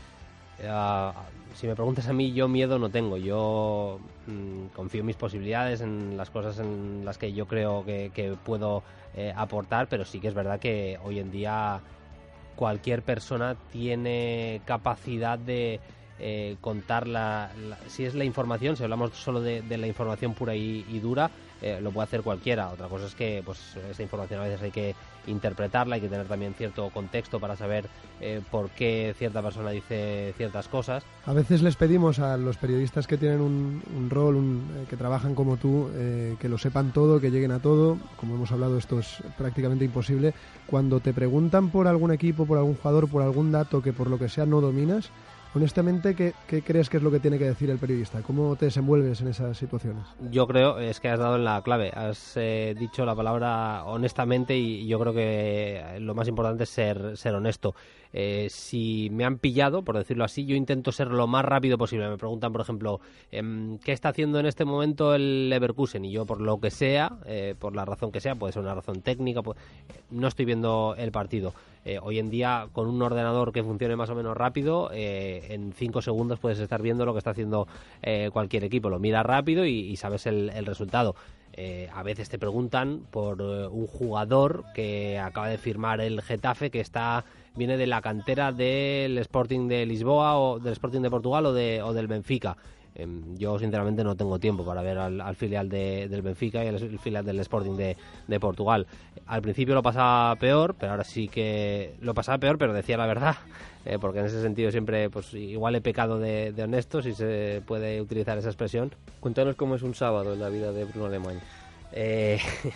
Uh, si me preguntas a mí, yo miedo no tengo. Yo mmm, confío en mis posibilidades, en las cosas en las que yo creo que, que puedo eh, aportar, pero sí que es verdad que hoy en día cualquier persona tiene capacidad de eh, contar la, la, si es la información, si hablamos solo de, de la información pura y, y dura, eh, lo puede hacer cualquiera. Otra cosa es que pues esa información a veces hay que interpretarla, hay que tener también cierto contexto para saber eh, por qué cierta persona dice ciertas cosas. A veces les pedimos a los periodistas que tienen un, un rol, un, eh, que trabajan como tú, eh, que lo sepan todo, que lleguen a todo. Como hemos hablado, esto es prácticamente imposible. Cuando te preguntan por algún equipo, por algún jugador, por algún dato que por lo que sea no dominas, honestamente, ¿qué, ¿qué crees que es lo que tiene que decir el periodista? ¿Cómo te desenvuelves en esas situaciones? Yo creo es que has dado en la clave, has eh, dicho la palabra honestamente, y yo creo que lo más importante es ser, ser honesto. Eh, si me han pillado, por decirlo así, yo intento ser lo más rápido posible. Me preguntan, por ejemplo, eh, ¿qué está haciendo en este momento el Leverkusen? Y yo, por lo que sea, eh, por la razón que sea, puede ser una razón técnica, pues, no estoy viendo el partido. Eh, hoy en día, con un ordenador que funcione más o menos rápido, eh, en cinco segundos puedes estar viendo lo que está haciendo eh, cualquier equipo. Lo miras rápido y, y sabes el, el resultado. Eh, a veces te preguntan por eh, un jugador que acaba de firmar el Getafe, que está viene de la cantera del Sporting de Lisboa o del Sporting de Portugal o, de, o del Benfica. Eh, yo sinceramente no tengo tiempo para ver al, al filial de, del Benfica y al el filial del Sporting de, de Portugal. Al principio lo pasaba peor, pero ahora sí que lo pasaba peor, pero decía la verdad, eh, porque en ese sentido siempre pues igual he pecado de, de honesto, si se puede utilizar esa expresión. Cuéntanos cómo es un sábado en la vida de Bruno Alemany. Eh,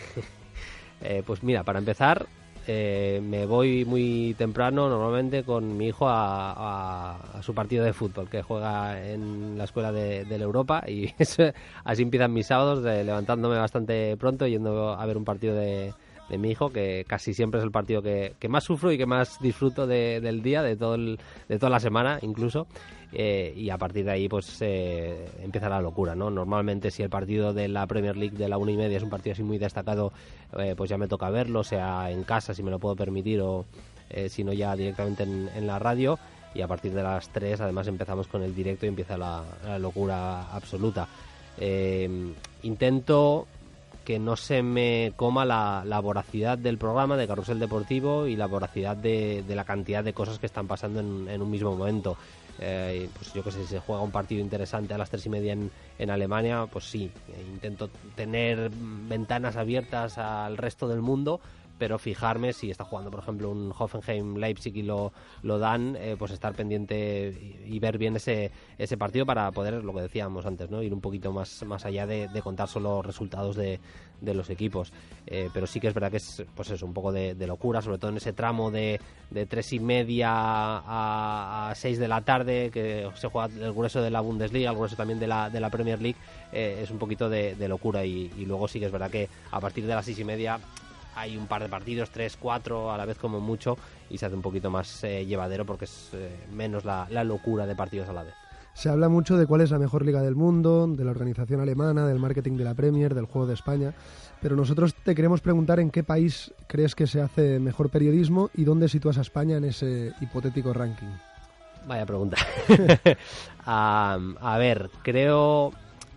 eh, pues mira, para empezar, Eh, me voy muy temprano normalmente con mi hijo a, a, a su partido de fútbol, que juega en la escuela de, de la Europa, y eso, así empiezan mis sábados, de, levantándome bastante pronto, yendo a ver un partido de, de mi hijo, que casi siempre es el partido que, que más sufro y que más disfruto de, del día, de todo el, de toda la semana incluso. Eh, y a partir de ahí pues eh, empieza la locura, ¿no? Normalmente, si el partido de la Premier League de la una y media es un partido así muy destacado, eh, pues ya me toca verlo, sea en casa si me lo puedo permitir, o eh, si no ya directamente en, en la radio. Y a partir de las tres además empezamos con el directo y empieza la, la locura absoluta. Eh, intento que no se me coma la, la voracidad del programa de Carrusel Deportivo y la voracidad de, de la cantidad de cosas que están pasando en, en un mismo momento. Eh, pues yo que sé, si se juega un partido interesante a las tres y media en, en Alemania, pues sí, eh, intento tener ventanas abiertas al resto del mundo, pero fijarme si está jugando, por ejemplo, un Hoffenheim-Leipzig y lo, lo dan, eh, pues estar pendiente y, y ver bien ese, ese partido para poder, lo que decíamos antes, ¿no? Ir un poquito más, más allá de, de contar solo resultados de, de los equipos. Eh, pero sí que es verdad que es, pues eso, un poco de, de locura, sobre todo en ese tramo de, de tres y media a, a seis de la tarde, que se juega el grueso de la Bundesliga, el grueso también de la, de la Premier League. Eh, es un poquito de, de locura, y, y luego sí que es verdad que a partir de las seis y media hay un par de partidos, tres, cuatro a la vez como mucho, y se hace un poquito más eh, llevadero, porque es eh, menos la, la locura de partidos a la vez. Se habla mucho de cuál es la mejor liga del mundo, de la organización alemana, del marketing de la Premier, del juego de España, pero nosotros te queremos preguntar en qué país crees que se hace mejor periodismo y dónde sitúas a España en ese hipotético ranking. Vaya pregunta. a, a ver, creo...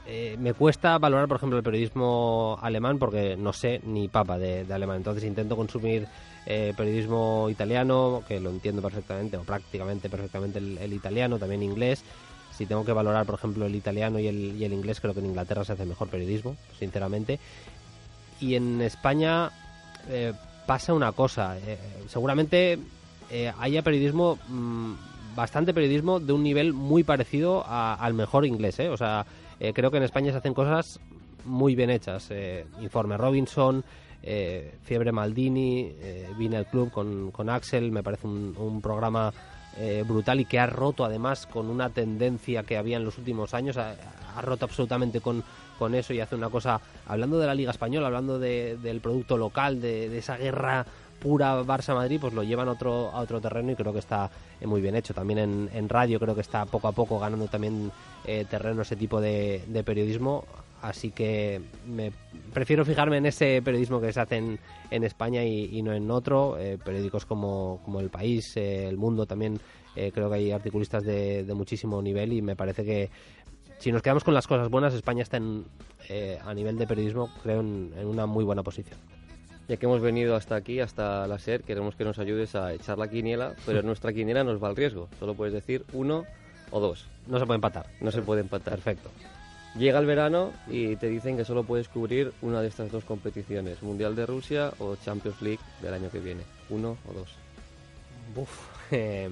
eh, me cuesta valorar, por ejemplo, el periodismo alemán porque no sé ni papa de, de alemán. Entonces intento consumir eh, periodismo italiano, que lo entiendo perfectamente, o prácticamente perfectamente el, el italiano, también inglés. Si tengo que valorar, por ejemplo, el italiano y el, y el inglés, creo que en Inglaterra se hace mejor periodismo, sinceramente. Y en España eh, pasa una cosa. Eh, seguramente eh, haya periodismo, mmm, bastante periodismo de un nivel muy parecido a, al mejor inglés. ¿eh? O sea, eh, creo que en España se hacen cosas muy bien hechas. Eh, Informe Robinson, eh, Fiebre Maldini, eh, Vine al Club con, con Axel, me parece un, un programa Eh, brutal y que ha roto además con una tendencia que había en los últimos años, ha, ha roto absolutamente con, con eso y hace una cosa, hablando de la Liga Española, hablando de, del producto local, de, de esa guerra pura Barça-Madrid, pues lo llevan a otro, a otro terreno y creo que está eh, muy bien hecho. También en, en radio creo que está poco a poco ganando también eh, terreno ese tipo de, de periodismo, así que me prefiero fijarme en ese periodismo que se hace en, en España y, y no en otro. Eh, periódicos como, como El País, eh, El Mundo también, eh, creo que hay articulistas de, de muchísimo nivel y me parece que si nos quedamos con las cosas buenas, España está en, eh, a nivel de periodismo, creo, en, en una muy buena posición. Ya que hemos venido hasta aquí, hasta la SER, queremos que nos ayudes a echar la quiniela, pero nuestra quiniela nos va al riesgo. Solo puedes decir uno o dos. No se puede empatar. No se puede empatar. Perfecto. Llega el verano y te dicen que solo puedes cubrir una de estas dos competiciones, Mundial de Rusia o Champions League del año que viene. ¿Uno o dos? Uf, eh,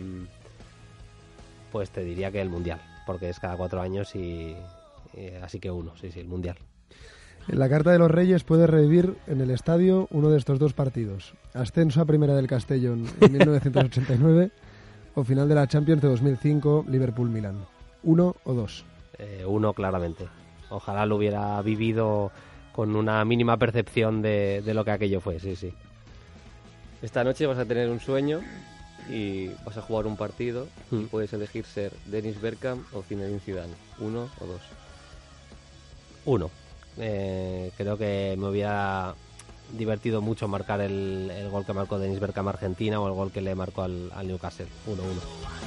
pues te diría que el Mundial, porque es cada cuatro años y, y así que uno, sí, sí, el Mundial. En la Carta de los Reyes puedes revivir en el estadio uno de estos dos partidos. Ascenso a Primera del Castellón en mil novecientos ochenta y nueve o final de la Champions de dos mil cinco, Liverpool-Milán. ¿Uno o dos? Eh, uno, claramente. Ojalá lo hubiera vivido con una mínima percepción de, de lo que aquello fue, sí, sí. Esta noche vas a tener un sueño y vas a jugar un partido mm. y puedes elegir ser Dennis Bergkamp o Zinedine Zidane. ¿Uno o dos? Uno. Eh, creo que me hubiera divertido mucho marcar el, el gol que marcó Dennis Bergkamp a Argentina o el gol que le marcó al, al Newcastle. Uno, uno.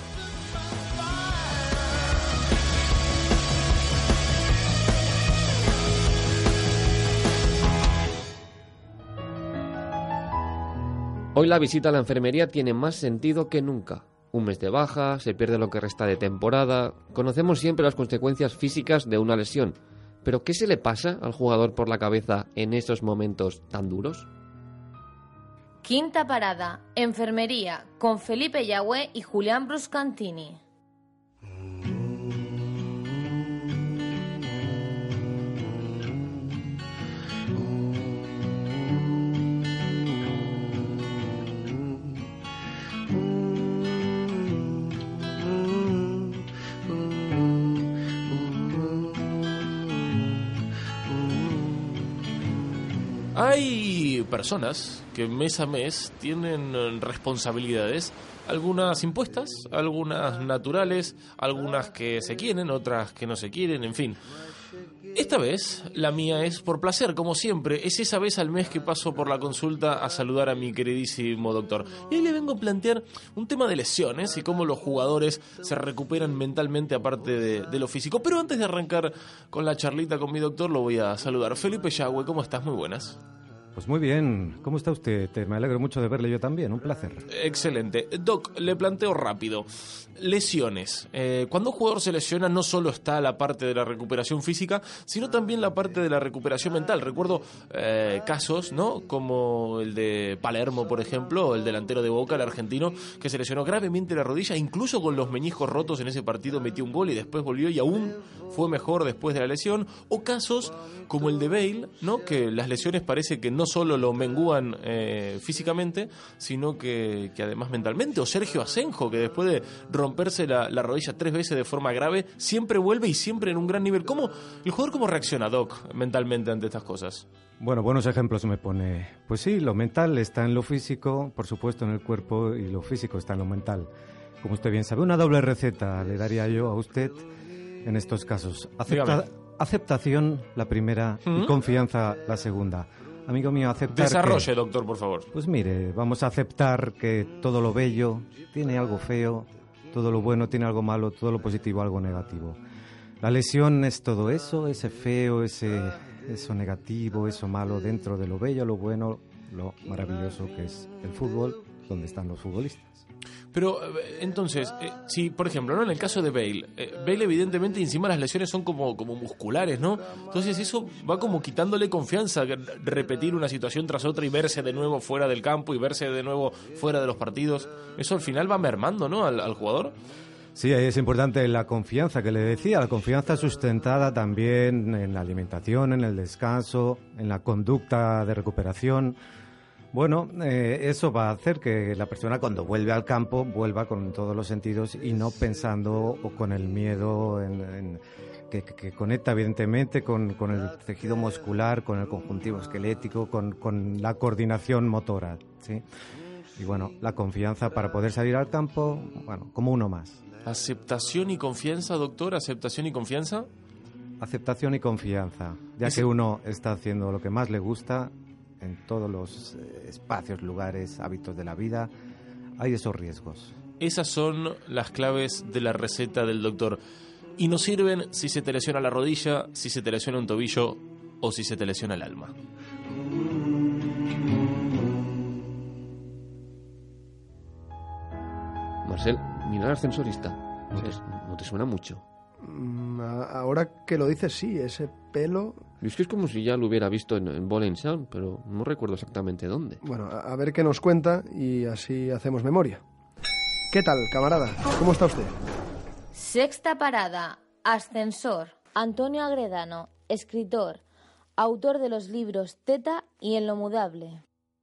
Hoy la visita a la enfermería tiene más sentido que nunca. Un mes de baja, se pierde lo que resta de temporada. Conocemos siempre las consecuencias físicas de una lesión. ¿Pero qué se le pasa al jugador por la cabeza en esos momentos tan duros? Quinta parada, enfermería, con Felipe Yagüe y Julián Bruscantini. Hay personas que mes a mes tienen responsabilidades, algunas impuestas, algunas naturales, algunas que se quieren, otras que no se quieren, en fin. Esta vez, la mía es por placer, como siempre. Es esa vez al mes que paso por la consulta a saludar a mi queridísimo doctor. Y ahí le vengo a plantear un tema de lesiones y cómo los jugadores se recuperan mentalmente aparte de, de lo físico. Pero antes de arrancar con la charlita con mi doctor, lo voy a saludar. Felipe Yagüe, ¿cómo estás? Muy buenas. Pues muy bien. ¿Cómo está usted? Me alegro mucho de verle yo también. Un placer. Excelente. Doc, le planteo rápido. Lesiones. Eh, cuando un jugador se lesiona no solo está la parte de la recuperación física, sino también la parte de la recuperación mental. Recuerdo eh, casos, ¿no? Como el de Palermo, por ejemplo, o el delantero de Boca, el argentino, que se lesionó gravemente la rodilla, incluso con los meñiscos rotos en ese partido metió un gol y después volvió y aún fue mejor después de la lesión. O casos como el de Bale, ¿no? Que las lesiones parece que no solo lo mengúan eh, físicamente, sino que, que además mentalmente. O Sergio Asenjo, que después de romperse la, la rodilla tres veces de forma grave, siempre vuelve y siempre en un gran nivel. ¿Cómo, el jugador cómo reacciona, Doc, mentalmente ante estas cosas? Bueno, buenos ejemplos me pone. Pues sí, lo mental está en lo físico, por supuesto en el cuerpo, y lo físico está en lo mental. Como usted bien sabe, una doble receta le daría yo a usted en estos casos. Acepta, aceptación, la primera, ¿Mm? y confianza, la segunda. Amigo mío, aceptar Desarrolle, que, doctor, por favor. Pues mire, vamos a aceptar que todo lo bello tiene algo feo, todo lo bueno tiene algo malo, todo lo positivo algo negativo. La lesión es todo eso, ese feo, ese, eso negativo, eso malo dentro de lo bello, lo bueno, lo maravilloso que es el fútbol, donde están los futbolistas. Pero entonces, eh, si por ejemplo, ¿no? En el caso de Bale, eh, Bale evidentemente encima las lesiones son como, como musculares, ¿no? Entonces eso va como quitándole confianza, repetir una situación tras otra y verse de nuevo fuera del campo y verse de nuevo fuera de los partidos. Eso al final va mermando, ¿no? Al, al jugador. Sí, es importante la confianza que le decía, la confianza sustentada también en la alimentación, en el descanso, en la conducta de recuperación. Bueno, eh, eso va a hacer que la persona cuando vuelve al campo vuelva con todos los sentidos y no pensando o con el miedo en, en, que, que conecta evidentemente con, con el tejido muscular, con el conjuntivo esquelético, con, con la coordinación motora, ¿sí? Y bueno, la confianza para poder salir al campo, bueno, como uno más. ¿Aceptación y confianza, doctor? ¿Aceptación y confianza? Aceptación y confianza, ya ¿Es... que uno está haciendo lo que más le gusta. En todos los espacios, lugares, hábitos de la vida, hay esos riesgos. Esas son las claves de la receta del doctor. Y nos sirven si se te lesiona la rodilla, si se te lesiona un tobillo o si se te lesiona el alma. Marcel, mira al ascensorista. ¿No, sí. te, ¿No te suena mucho? Ahora que lo dices, sí, ese pelo... Es que es como si ya lo hubiera visto en, en Ball and Sound, pero no recuerdo exactamente dónde. Bueno, a, a ver qué nos cuenta y así hacemos memoria. ¿Qué tal, camarada? ¿Cómo está usted? Sexta parada, ascensor. Antonio Agredano, escritor, autor de los libros Teta y En lo mudable.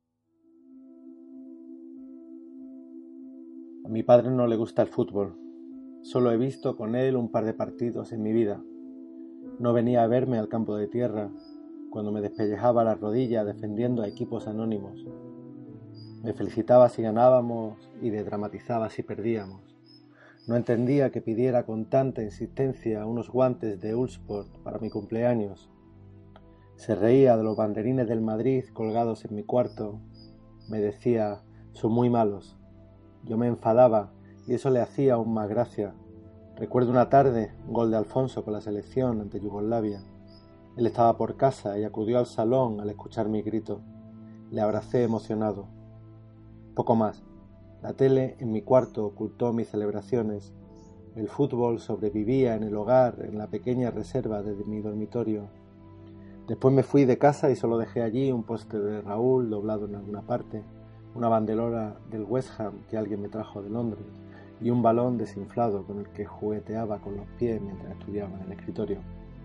A mi padre no le gusta el fútbol. Solo he visto con él un par de partidos en mi vida. No venía a verme al campo de tierra, cuando me despellejaba la rodilla defendiendo a equipos anónimos. Me felicitaba si ganábamos y desdramatizaba si perdíamos. No entendía que pidiera con tanta insistencia unos guantes de Uhlsport para mi cumpleaños. Se reía de los banderines del Madrid colgados en mi cuarto. Me decía, son muy malos. Yo me enfadaba y eso le hacía aún más gracia. Recuerdo una tarde, un gol de Alfonso con la selección ante Yugoslavia. Él estaba por casa y acudió al salón al escuchar mi grito. Le abracé emocionado. Poco más. La tele en mi cuarto ocultó mis celebraciones. El fútbol sobrevivía en el hogar, en la pequeña reserva de mi dormitorio. Después me fui de casa y solo dejé allí un póster de Raúl doblado en alguna parte, una banderora del West Ham que alguien me trajo de Londres y un balón desinflado con el que jugueteaba con los pies mientras estudiaba en el escritorio.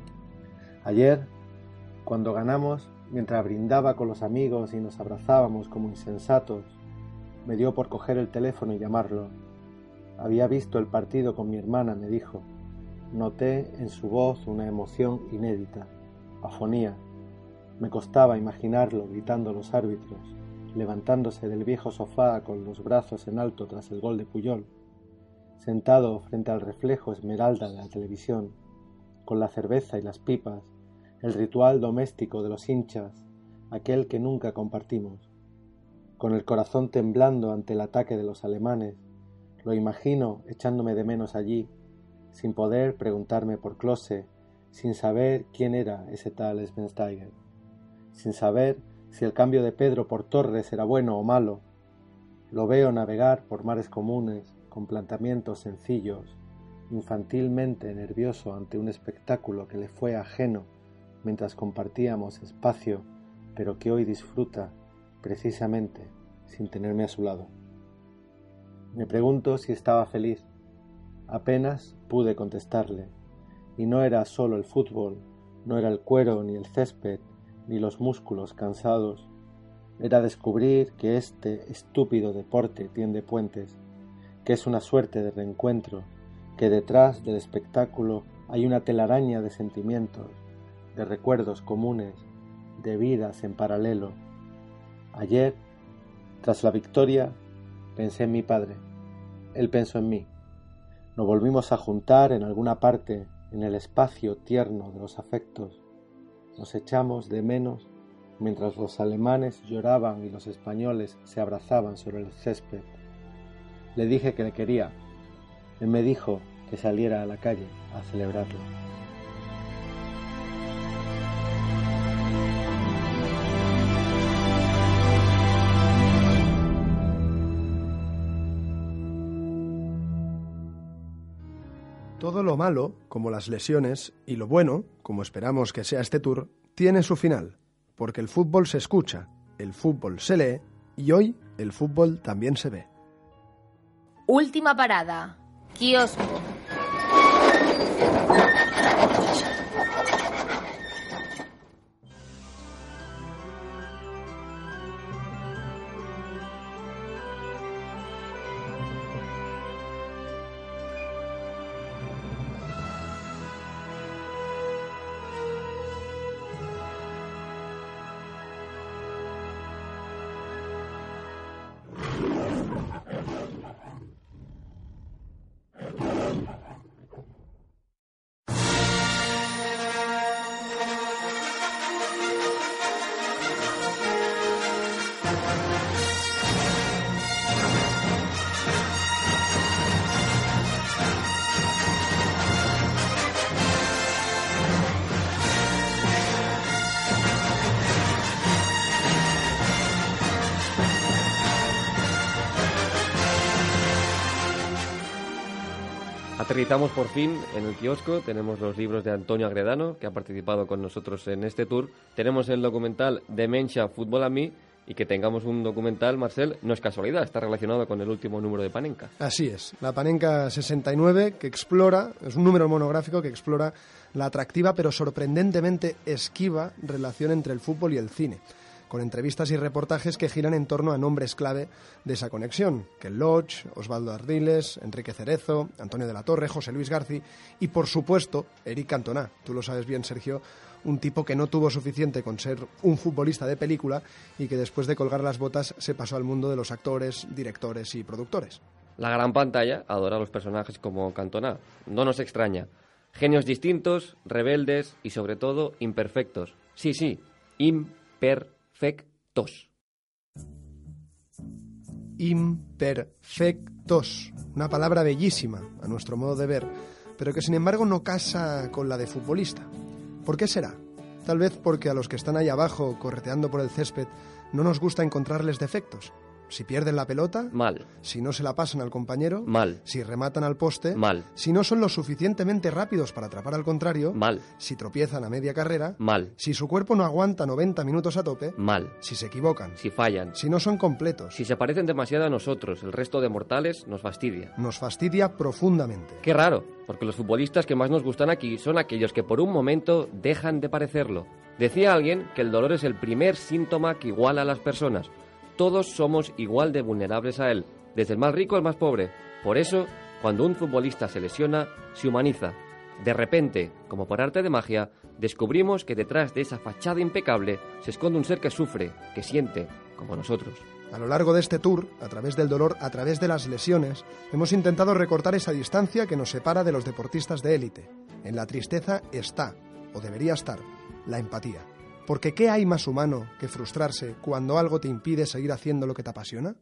Ayer, cuando ganamos, mientras brindaba con los amigos y nos abrazábamos como insensatos, me dio por coger el teléfono y llamarlo. Había visto el partido con mi hermana, me dijo. Noté en su voz una emoción inédita, afonía. Me costaba imaginarlo gritando los árbitros, levantándose del viejo sofá con los brazos en alto tras el gol de Puyol, sentado frente al reflejo esmeralda de la televisión, con la cerveza y las pipas, el ritual doméstico de los hinchas, aquel que nunca compartimos. Con el corazón temblando ante el ataque de los alemanes, lo imagino echándome de menos allí, sin poder preguntarme por Klose, sin saber quién era ese tal Schweinsteiger, sin saber si el cambio de Pedro por Torres era bueno o malo. Lo veo navegar por mares comunes, con planteamientos sencillos, infantilmente nervioso ante un espectáculo que le fue ajeno mientras compartíamos espacio, pero que hoy disfruta, precisamente, sin tenerme a su lado. Me pregunto si estaba feliz. Apenas pude contestarle, y no era solo el fútbol, no era el cuero ni el césped, ni los músculos cansados. Era descubrir que este estúpido deporte tiende puentes, que es una suerte de reencuentro, que detrás del espectáculo hay una telaraña de sentimientos, de recuerdos comunes, de vidas en paralelo. Ayer, tras la victoria, pensé en mi padre. Él pensó en mí. Nos volvimos a juntar en alguna parte, en el espacio tierno de los afectos. Nos echamos de menos mientras los alemanes lloraban y los españoles se abrazaban sobre el césped. Le dije que le quería. Él me dijo que saliera a la calle a celebrarlo. Todo lo malo, como las lesiones, y lo bueno, como esperamos que sea este Tour, tiene su final, porque el fútbol se escucha, el fútbol se lee y hoy el fútbol también se ve. Última parada, kiosco. Aterrizamos por fin en el kiosco, tenemos los libros de Antonio Agredano, que ha participado con nosotros en este tour, tenemos el documental Dementia Fútbol a mí, y que tengamos un documental, Marcel, no es casualidad, está relacionado con el último número de Panenka. Así es, la Panenka sesenta y nueve, que explora, es un número monográfico que explora la atractiva pero sorprendentemente esquiva relación entre el fútbol y el cine, con entrevistas y reportajes que giran en torno a nombres clave de esa conexión, Ken Loach, Osvaldo Ardiles, Enrique Cerezo, Antonio de la Torre, José Luis Garci y, por supuesto, Eric Cantona. Tú lo sabes bien, Sergio, un tipo que no tuvo suficiente con ser un futbolista de película y que después de colgar las botas se pasó al mundo de los actores, directores y productores. La gran pantalla adora a los personajes como Cantona, no nos extraña. Genios distintos, rebeldes y, sobre todo, imperfectos. Sí, sí, imperfectos. Perfectos. Imperfectos. Una palabra bellísima, a nuestro modo de ver, pero que sin embargo no casa con la de futbolista. ¿Por qué será? Tal vez porque a los que están ahí abajo, correteando por el césped, no nos gusta encontrarles defectos. Si pierden la pelota, mal. Si no se la pasan al compañero, mal. Si rematan al poste, mal. Si no son lo suficientemente rápidos para atrapar al contrario, mal. Si tropiezan a media carrera, mal. Si su cuerpo no aguanta noventa minutos a tope, mal. Si se equivocan, si fallan, si no son completos, si se parecen demasiado a nosotros, el resto de mortales nos fastidia. Nos fastidia profundamente. Qué raro, porque los futbolistas que más nos gustan aquí son aquellos que por un momento dejan de parecerlo. Decía alguien que el dolor es el primer síntoma que iguala a las personas. Todos somos igual de vulnerables a él, desde el más rico al más pobre. Por eso, cuando un futbolista se lesiona, se humaniza. De repente, como por arte de magia, descubrimos que detrás de esa fachada impecable se esconde un ser que sufre, que siente, como nosotros. A lo largo de este tour, a través del dolor, a través de las lesiones, hemos intentado recortar esa distancia que nos separa de los deportistas de élite. En la tristeza está, o debería estar, la empatía. Porque ¿qué hay más humano que frustrarse cuando algo te impide seguir haciendo lo que te apasiona?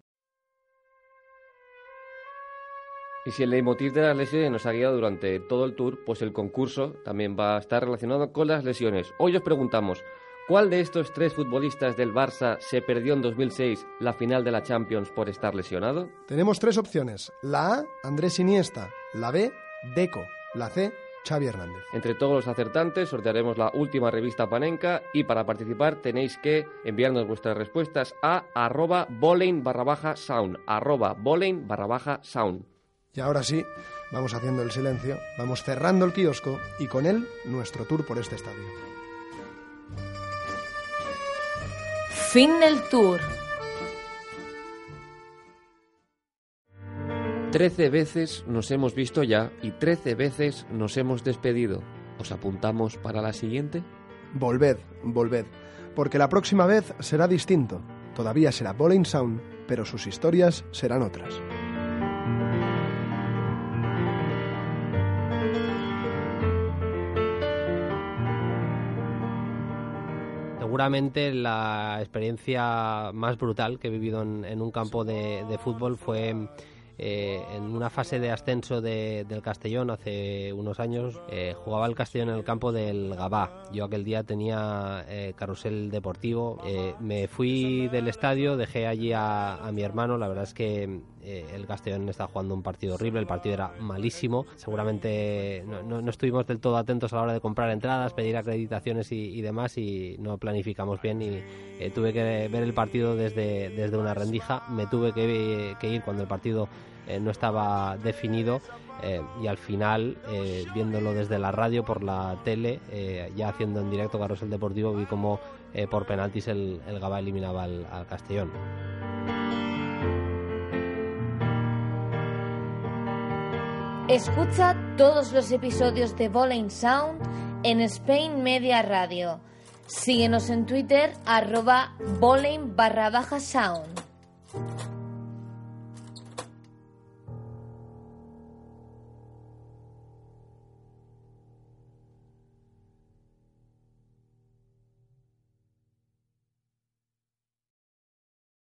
Y si el leitmotiv de las lesiones nos ha guiado durante todo el tour, pues el concurso también va a estar relacionado con las lesiones. Hoy os preguntamos, ¿cuál de estos tres futbolistas del Barça se perdió en dos mil seis la final de la Champions por estar lesionado? Tenemos tres opciones. La A, Andrés Iniesta. La B, Deco. La C, Xavi Hernández. Entre todos los acertantes sortearemos la última revista Panenka y para participar tenéis que enviarnos vuestras respuestas a arroba boleyn barra baja sound, arroba boleyn barra baja sound. Y ahora sí, vamos haciendo el silencio, vamos cerrando el kiosco y con él nuestro tour por este estadio. Fin del tour. Trece veces nos hemos visto ya y trece veces nos hemos despedido. ¿Os apuntamos para la siguiente? Volved, volved, porque la próxima vez será distinto. Todavía será Boleyn Sound, pero sus historias serán otras. Seguramente la experiencia más brutal que he vivido en, en un campo de, de fútbol fue eh, en una fase de ascenso de, del Castellón hace unos años. Eh, jugaba el Castellón en el campo del Gavà. Yo aquel día tenía eh, carrusel deportivo. Eh, me fui del estadio, dejé allí a, a mi hermano. La verdad es que eh, el Castellón está jugando un partido horrible, el partido era malísimo, seguramente no, no, no estuvimos del todo atentos a la hora de comprar entradas, pedir acreditaciones y, y demás, y no planificamos bien, y eh, tuve que ver el partido desde, desde una rendija, me tuve que, que ir cuando el partido eh, no estaba definido. Eh, y al final, eh, viéndolo desde la radio, por la tele, eh, ya haciendo en directo Carrusel Deportivo, vi como eh, por penaltis el, el Gavá eliminaba al, al Castellón. Escucha todos los episodios de Bowling Sound en Spain Media Radio. Síguenos en Twitter, arroba bowling barra baja sound.